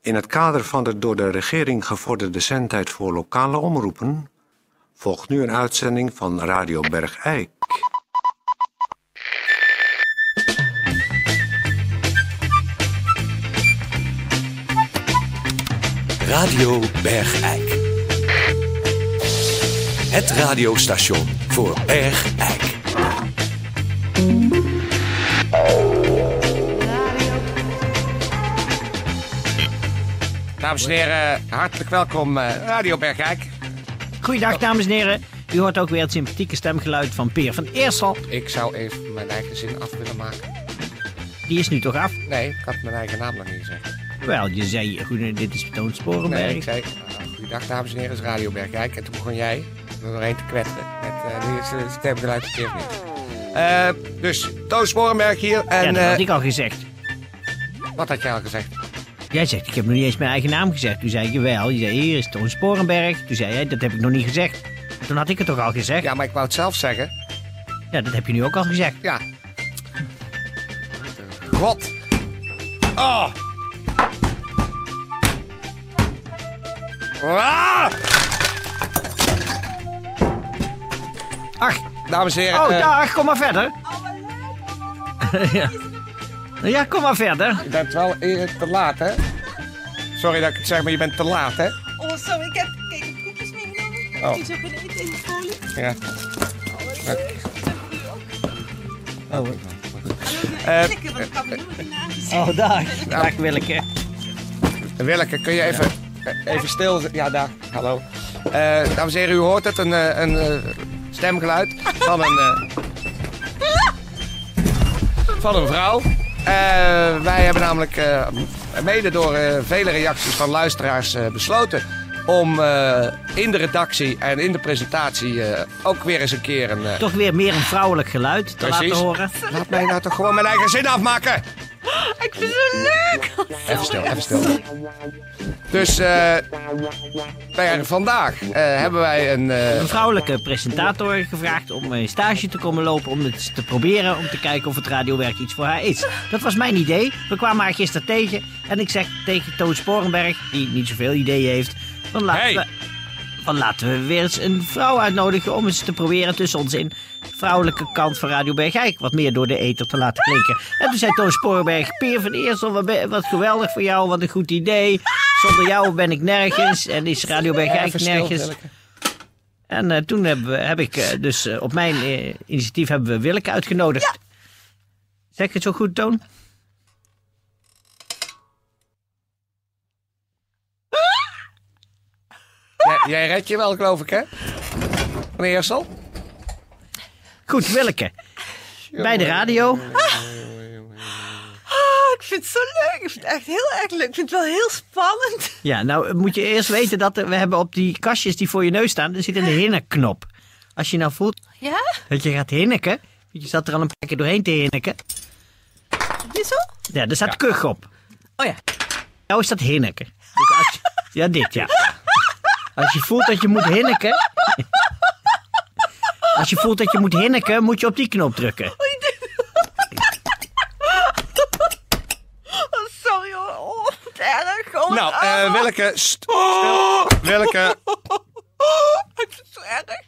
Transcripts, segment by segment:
In het kader van de door de regering gevorderde zendtijd voor lokale omroepen volgt nu een uitzending van Radio Bergijk. Radio Bergijk. Het radiostation voor Bergijk. Dames en heren, hartelijk welkom Radio Bergijk. Goeiedag dames en heren. U hoort ook weer het sympathieke stemgeluid van Peer van Eersel. Ik zou even mijn eigen zin af willen maken. Die is nu toch af? Nee, ik had mijn eigen naam nog niet gezegd. Wel, je zei, goed, dit is Toon Sporenberg. Nee, ik zei, goeiedag dames en heren, het is Radio Bergijk. En toen begon jij er doorheen te kwetteren. Met nu is het stemgeluid verkeerd niet. Dus, Toon Sporenberg hier. En, ja, dat had ik al gezegd. Wat had jij al gezegd? Jij zegt, ik heb nog niet eens mijn eigen naam gezegd. Toen zei je wel, je zei, hier is Toon Sporenberg. Toen zei jij, dat heb ik nog niet gezegd. Toen had ik het toch al gezegd? Ja, maar ik wou het zelf zeggen. Ja, dat heb je nu ook al gezegd. Ja. God. Oh. Ah! Ach, dames en heren. Oh, dag, kom maar verder. Ja. Ja, kom maar verder. Je bent wel te laat, hè? Sorry dat ik het zeg, maar je bent te laat, hè? Oh, sorry, ik heb koekjes meegenomen. Oh. Die zijn beneden in de folie. Ja. Oh, Willeke, want ik had me niet naast. oh dag. Dag Willeke. Willeke, kun je even stil... Ja, daar. Hallo. Dames en heren, u hoort het. Een stemgeluid van een vrouw. Wij hebben namelijk mede door vele reacties van luisteraars besloten om in de redactie en in de presentatie ook weer eens een keer een... Toch weer meer een vrouwelijk geluid te laten horen. Laat mij nou toch gewoon mijn eigen zin afmaken. Ik vind het zo leuk. Even stil. Dus vandaag hebben wij Een vrouwelijke presentator gevraagd om een stage te komen lopen om het te proberen, om te kijken of het radiowerk iets voor haar is. Dat was mijn idee. We kwamen haar gisteren tegen en ik zeg tegen Toon Sporenberg, die niet zoveel ideeën heeft, laten we weer eens een vrouw uitnodigen om eens te proberen tussen ons in de vrouwelijke kant van Radio Bergijk wat meer door de ether te laten klinken. En toen zei Toon Sporenberg, Peer van Eersel, wat geweldig voor jou, wat een goed idee. Zonder jou ben ik nergens en is Radio Bergijk nergens. En toen heb ik dus op mijn initiatief hebben we Willeke uitgenodigd. Ja. Zeg ik het zo goed, Toon? Jij redt je wel, geloof ik, hè? Van Eersel? Goed, Willeke. Bij de radio. Ik vind het zo leuk. Ik vind het echt heel erg leuk. Ik vind het wel heel spannend. Ja, nou moet je eerst weten dat we hebben op die kastjes die voor je neus staan, er zit een hinnekknop. Als je nou voelt dat je gaat hinneken, je zat er al een paar keer doorheen te hinneken. Dit zo? Ja, er staat kuch op. Oh ja. Nou is dat hinneken. Dus ja, dit ja. Als je voelt dat je moet hinneken. Als je voelt dat je moet hinneken, moet je op die knop drukken. Oh, sorry hoor. Oh, wat erg. Oh, Nou, Willeke, stil. Willeke. Ik vind het zo erg.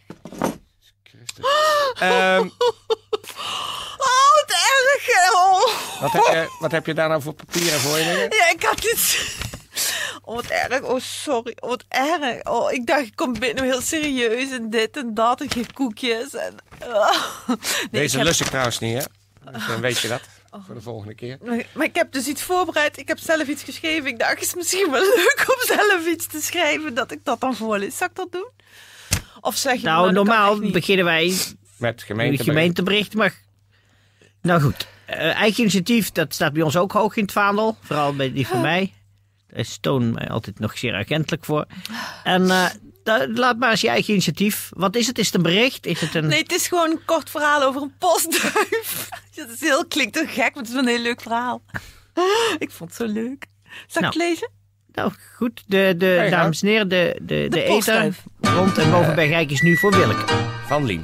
Oh, wat erg. Oh. Wat heb je daar nou voor papieren voor je? Ja, ik had dit... Oh, wat erg. Oh, sorry. Oh, wat erg. Oh, ik dacht, ik kom binnen heel serieus en dit en dat en geen koekjes. En... Nee, Deze lust ik trouwens niet, hè? Dus dan weet je dat. Voor de volgende keer. Maar ik heb dus iets voorbereid. Ik heb zelf iets geschreven. Ik dacht, het is misschien wel leuk om zelf iets te schrijven. Dat ik dat dan voorlees. Zal ik dat doen? Of zeg je... Nou, normaal beginnen wij met gemeentebericht. Maar... Nou goed. Eigen initiatief, dat staat bij ons ook hoog in het vaandel. Vooral bij die van mij. Daar is Toon mij altijd nog zeer erkentelijk voor. En laat maar eens je eigen initiatief. Wat is het? Is het een bericht? Is het een... Nee, het is gewoon een kort verhaal over een postduif. Dat is klinkt toch gek, maar het is wel een heel leuk verhaal. Ik vond het zo leuk. Zal ik het lezen? Nou, goed. De dames en heren, de ether rond en boven Bergijk is nu voor Willeke. Van Liemt.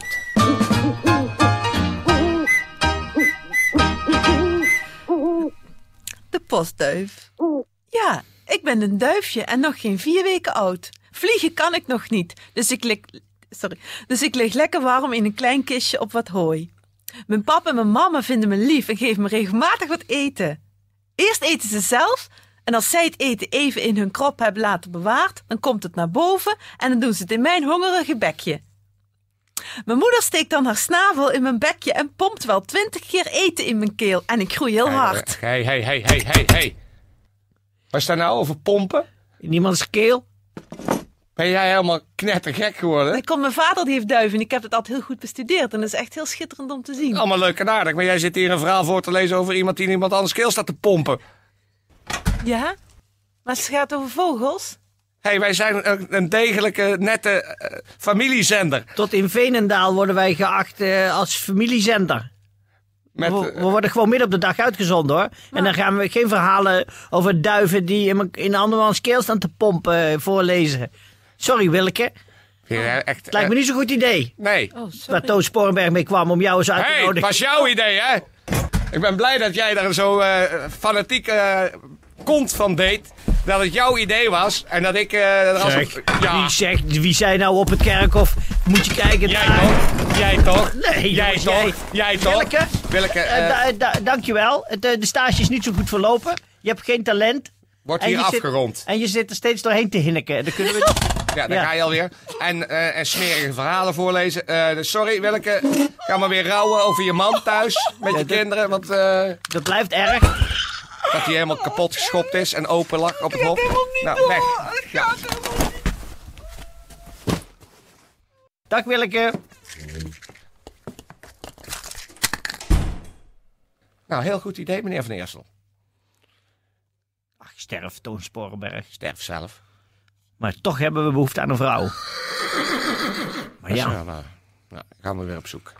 De postduif. Ja, Ik ben een duifje en nog geen 4 weken oud. Vliegen kan ik nog niet, dus ik lig lekker warm in een klein kistje op wat hooi. Mijn papa en mijn mama vinden me lief en geven me regelmatig wat eten. Eerst eten ze zelf en als zij het eten even in hun krop hebben laten bewaard, dan komt het naar boven en dan doen ze het in mijn hongerige bekje. Mijn moeder steekt dan haar snavel in mijn bekje en pompt wel 20 keer eten in mijn keel en ik groei heel hard. Hey. Wat is daar nou over pompen? In iemands keel. Ben jij helemaal knettergek geworden? Mijn vader die heeft duiven en ik heb het altijd heel goed bestudeerd en dat is echt heel schitterend om te zien. Allemaal leuk en aardig, maar jij zit hier een verhaal voor te lezen over iemand die iemand anders keel staat te pompen. Ja? Maar het gaat over vogels? Wij zijn een degelijke, nette familiezender. Tot in Veenendaal worden wij geacht als familiezender. We worden gewoon midden op de dag uitgezonden, hoor. En dan gaan we geen verhalen over duiven die in andermans keel staan te pompen voorlezen. Sorry, Willeke. Ja, echt, het lijkt me niet zo'n goed idee. Nee. Waar Toon Sporenberg mee kwam om jou eens uit te nodigen. Het was jouw idee, hè? Ik ben blij dat jij daar zo fanatiek kont van deed. Dat het jouw idee was en dat ik wie zei nou op het kerkhof, moet je kijken daar. Jij toch? Nee, jij toch? Willeke, dankjewel. De stage is niet zo goed verlopen. Je hebt geen talent. Wordt hier afgerond. En je zit er steeds doorheen te hinniken. Dan kunnen we... Ja, daar ga je alweer. En smerige verhalen voorlezen. Sorry, Willeke. Ga maar weer rouwen over je man thuis met je kinderen. Want, dat blijft erg. Dat hij helemaal kapot geschopt is en open lag op het hop. Nou, weg. Ja. Dag Willeke. Nou, heel goed idee, meneer Van Eersel. Ach, sterf, Toon Sporenberg. Sterf zelf. Maar toch hebben we behoefte aan een vrouw. Maar ja. Nou, gaan we weer op zoek.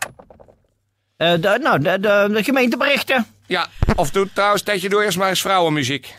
De gemeenteberichten. Ja, of doe trouwens, Tetje, doe eerst maar eens vrouwenmuziek.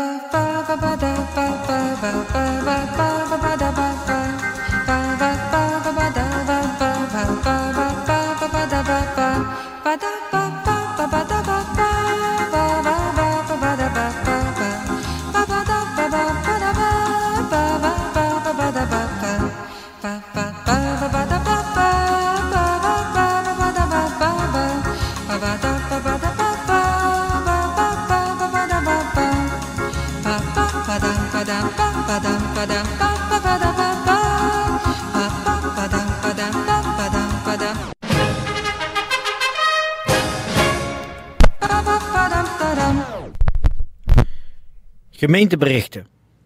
Gemeenteberichten.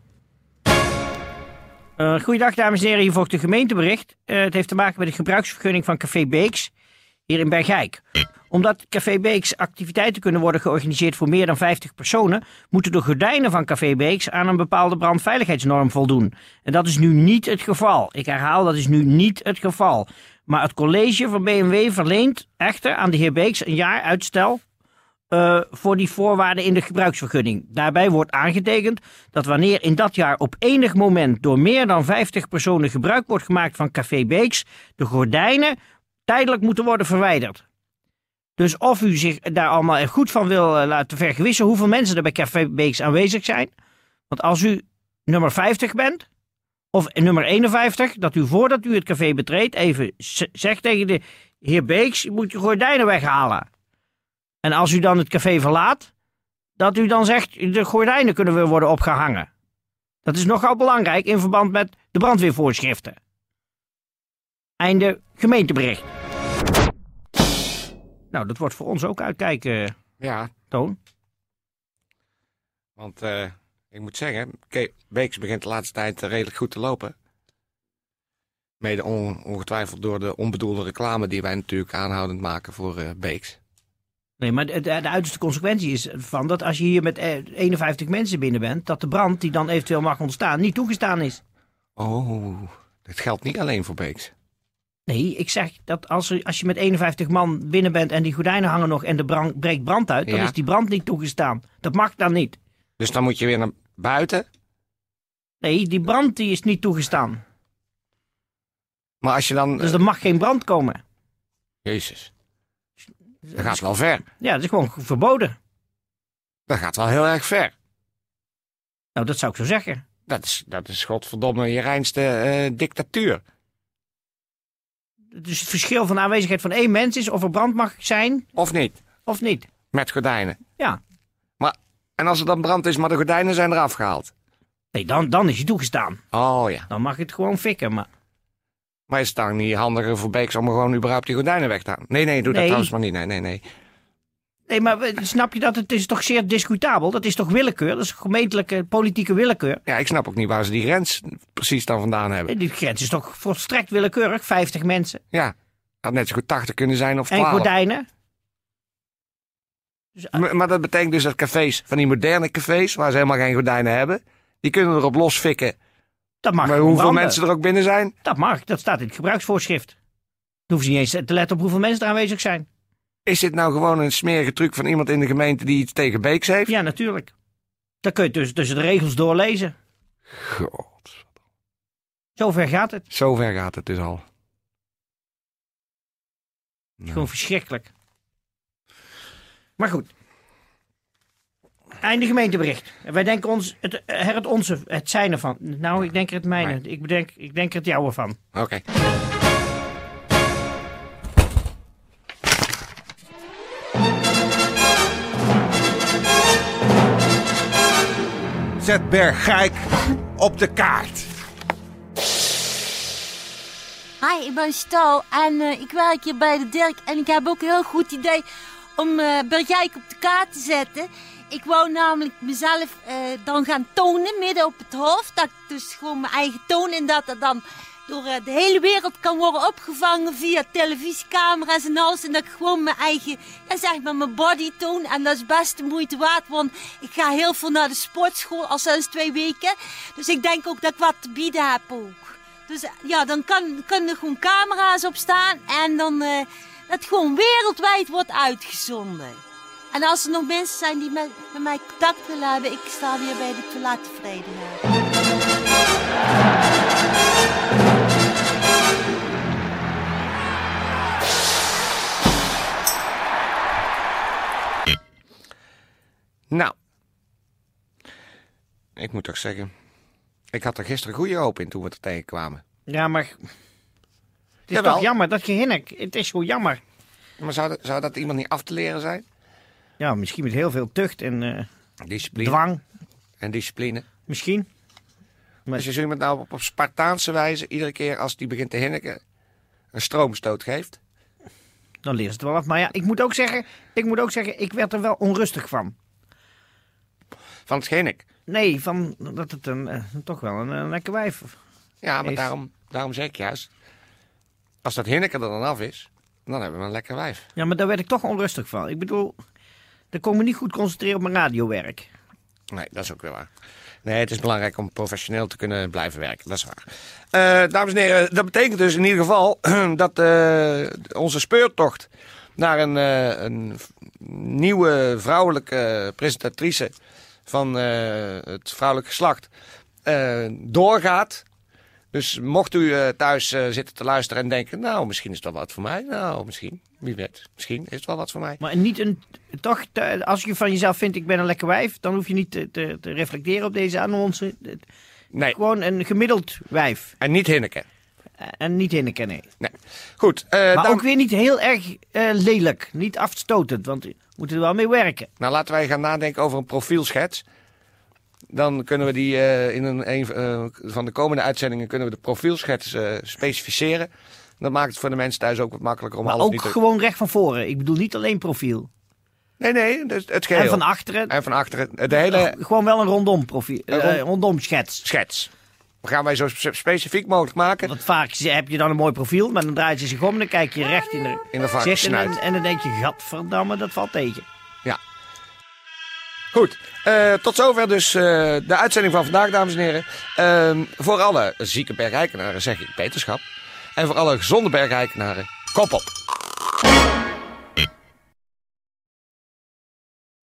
Goeiedag dames en heren, hier volgt een gemeentebericht. Het heeft te maken met de gebruiksvergunning van Café Beeks hier in Bergijk. Omdat Café Beeks activiteiten kunnen worden georganiseerd voor meer dan 50 personen, moeten de gordijnen van Café Beeks aan een bepaalde brandveiligheidsnorm voldoen. En dat is nu niet het geval. Ik herhaal, dat is nu niet het geval. Maar het college van BMW verleent echter aan de heer Beeks een jaar uitstel voor die voorwaarden in de gebruiksvergunning. Daarbij wordt aangetekend dat wanneer in dat jaar op enig moment door meer dan 50 personen gebruik wordt gemaakt van Café Beeks, de gordijnen tijdelijk moeten worden verwijderd. Dus of u zich daar allemaal goed van wil laten vergewissen hoeveel mensen er bij Café Beeks aanwezig zijn. Want als u nummer 50 bent, of nummer 51, dat u voordat u het café betreedt even zegt tegen de heer Beeks, u moet je gordijnen weghalen. En als u dan het café verlaat, dat u dan zegt, de gordijnen kunnen weer worden opgehangen. Dat is nogal belangrijk in verband met de brandweervoorschriften. Einde gemeentebericht. Nou, dat wordt voor ons ook uitkijken, ja, Toon. Want ik moet zeggen, Beeks begint de laatste tijd redelijk goed te lopen. Mede ongetwijfeld door de onbedoelde reclame die wij natuurlijk aanhoudend maken voor Beeks. Nee, maar de uiterste consequentie is van dat als je hier met 51 mensen binnen bent, dat de brand die dan eventueel mag ontstaan niet toegestaan is. Oh, dat geldt niet alleen voor Beeks. Nee, ik zeg dat als je met 51 man binnen bent en die gordijnen hangen nog en er breekt brand uit, dan is die brand niet toegestaan. Dat mag dan niet. Dus dan moet je weer naar buiten? Nee, die brand die is niet toegestaan. Maar als je dan... Dus er mag geen brand komen. Jezus. Dat gaat wel ver. Ja, dat is gewoon verboden. Dat gaat wel heel erg ver. Nou, dat zou ik zo zeggen. Dat is godverdomme je reinste dictatuur. Dus het verschil van de aanwezigheid van 1 mens is of er brand mag zijn Of niet? of niet. Met gordijnen. Ja. En als er dan brand is, maar de gordijnen zijn eraf gehaald. Nee, dan is hij toegestaan. Oh ja. Dan mag je het gewoon fikken, maar... Maar is het dan niet handiger voor Beeks om gewoon überhaupt die gordijnen weg te halen? Nee, doe dat Nee. trouwens maar niet. Nee. Nee, maar snap je dat het is toch zeer discutabel? Dat is toch willekeur? Dat is gemeentelijke politieke willekeur? Ja, ik snap ook niet waar ze die grens precies dan vandaan hebben. Die grens is toch volstrekt willekeurig? 50 mensen. Ja, had net zo goed 80 kunnen zijn of En 12. gordijnen. Dus, Maar dat betekent dus dat cafés, van die moderne cafés, waar ze helemaal geen gordijnen hebben, die kunnen erop losfikken. dat mag. Maar gewoon hoeveel branden. mensen er ook binnen zijn? Dat mag. Dat staat in het gebruiksvoorschrift. Dan hoeven ze niet eens te letten op hoeveel mensen er aanwezig zijn. Is dit nou gewoon een smerige truc van iemand in de gemeente die iets tegen Beeks heeft? Ja, natuurlijk. Dan kun je tussen de regels doorlezen. God. Zover gaat het. Zover gaat het dus al. Gewoon verschrikkelijk. Maar goed. Einde gemeentebericht. Wij denken ons het zijne van. Nou, ik denk er het mijne. Nee. Ik denk er het jouwe van. Oké. Zet Bergijk op de kaart. Hi, ik ben Stal en ik werk hier bij de Dirk en ik heb ook een heel goed idee om Bergijk op de kaart te zetten. Ik wou namelijk mezelf dan gaan tonen midden op het hoofd. Dat ik dus gewoon mijn eigen toon en dat dat dan door de hele wereld kan worden opgevangen via televisiecamera's en alles. En dat ik gewoon mijn eigen, ja, zeg maar mijn body toon. En dat is best de moeite waard, want ik ga heel veel naar de sportschool al sinds 2 weken. Dus ik denk ook dat ik wat te bieden heb ook. Dus ja, dan kunnen er gewoon camera's op staan en dan dat gewoon wereldwijd wordt uitgezonden. En als er nog mensen zijn die met mij contact willen hebben, ik sta weer bij de toilettevredenheid. Nou. Ik moet toch zeggen, ik had er gisteren goede hoop in toen we er tegenkwamen. Ja, maar... Het is Jawel. toch jammer, dat gehinnik. Het is gewoon jammer. Maar zou dat iemand niet af te leren zijn? Ja, misschien met heel veel tucht en Discipline. dwang. En discipline. Misschien. Maar- Als je zo iemand nou op Spartaanse wijze, iedere keer als die begint te hinniken, een stroomstoot geeft. Dan leert het wel af. Maar ja, ik moet ook zeggen, ik werd er wel onrustig van. Van het hinnik. Nee, van dat het toch wel een lekker wijf. Ja, maar Heeft. daarom zeg ik juist, als dat hinniken er dan af is, dan hebben we een lekker wijf. Ja, maar daar werd ik toch onrustig van. Ik bedoel, dan kon ik me niet goed concentreren op mijn radiowerk. Nee, dat is ook weer waar. Nee, het is belangrijk om professioneel te kunnen blijven werken. Dat is waar. Dames en heren, dat betekent dus in ieder geval dat onze speurtocht naar een nieuwe vrouwelijke presentatrice van het vrouwelijk geslacht doorgaat. Dus mocht u thuis zitten te luisteren en denken, nou, misschien is het wel wat voor mij. Nou, misschien, wie weet, misschien is het wel wat voor mij. Maar niet als je van jezelf vindt, ik ben een lekker wijf, dan hoef je niet te reflecteren op deze annonce. Nee, Gewoon een gemiddeld wijf. en niet hinniken. En niet hinniken, nee. Nee. Goed. Maar ook weer niet heel erg lelijk. Niet afstotend, want we moeten er wel mee werken. Nou, laten wij gaan nadenken over een profielschets. Dan kunnen we die in een van de komende uitzendingen kunnen we de profielschets specificeren. Dat maakt het voor de mensen thuis ook wat makkelijker om Maar alles ook niet te... gewoon recht van voren. Ik bedoel niet alleen profiel. Nee, dus het geheel. En van achteren. En van achteren. De hele Gewoon wel een rondom profiel. Rondom schets. schets. Dat gaan wij zo specifiek mogelijk maken. Want vaak heb je dan een mooi profiel, maar dan draait ze zich om en dan kijk je recht in de varkens gezicht snuit. en dan denk je, gadverdamme, dat valt tegen. Ja. Goed. Tot zover dus de uitzending van vandaag, dames en heren. Voor alle zieke bergrijkenaren zeg ik beterschap. En voor alle gezonde bergrijkenaren, kop op.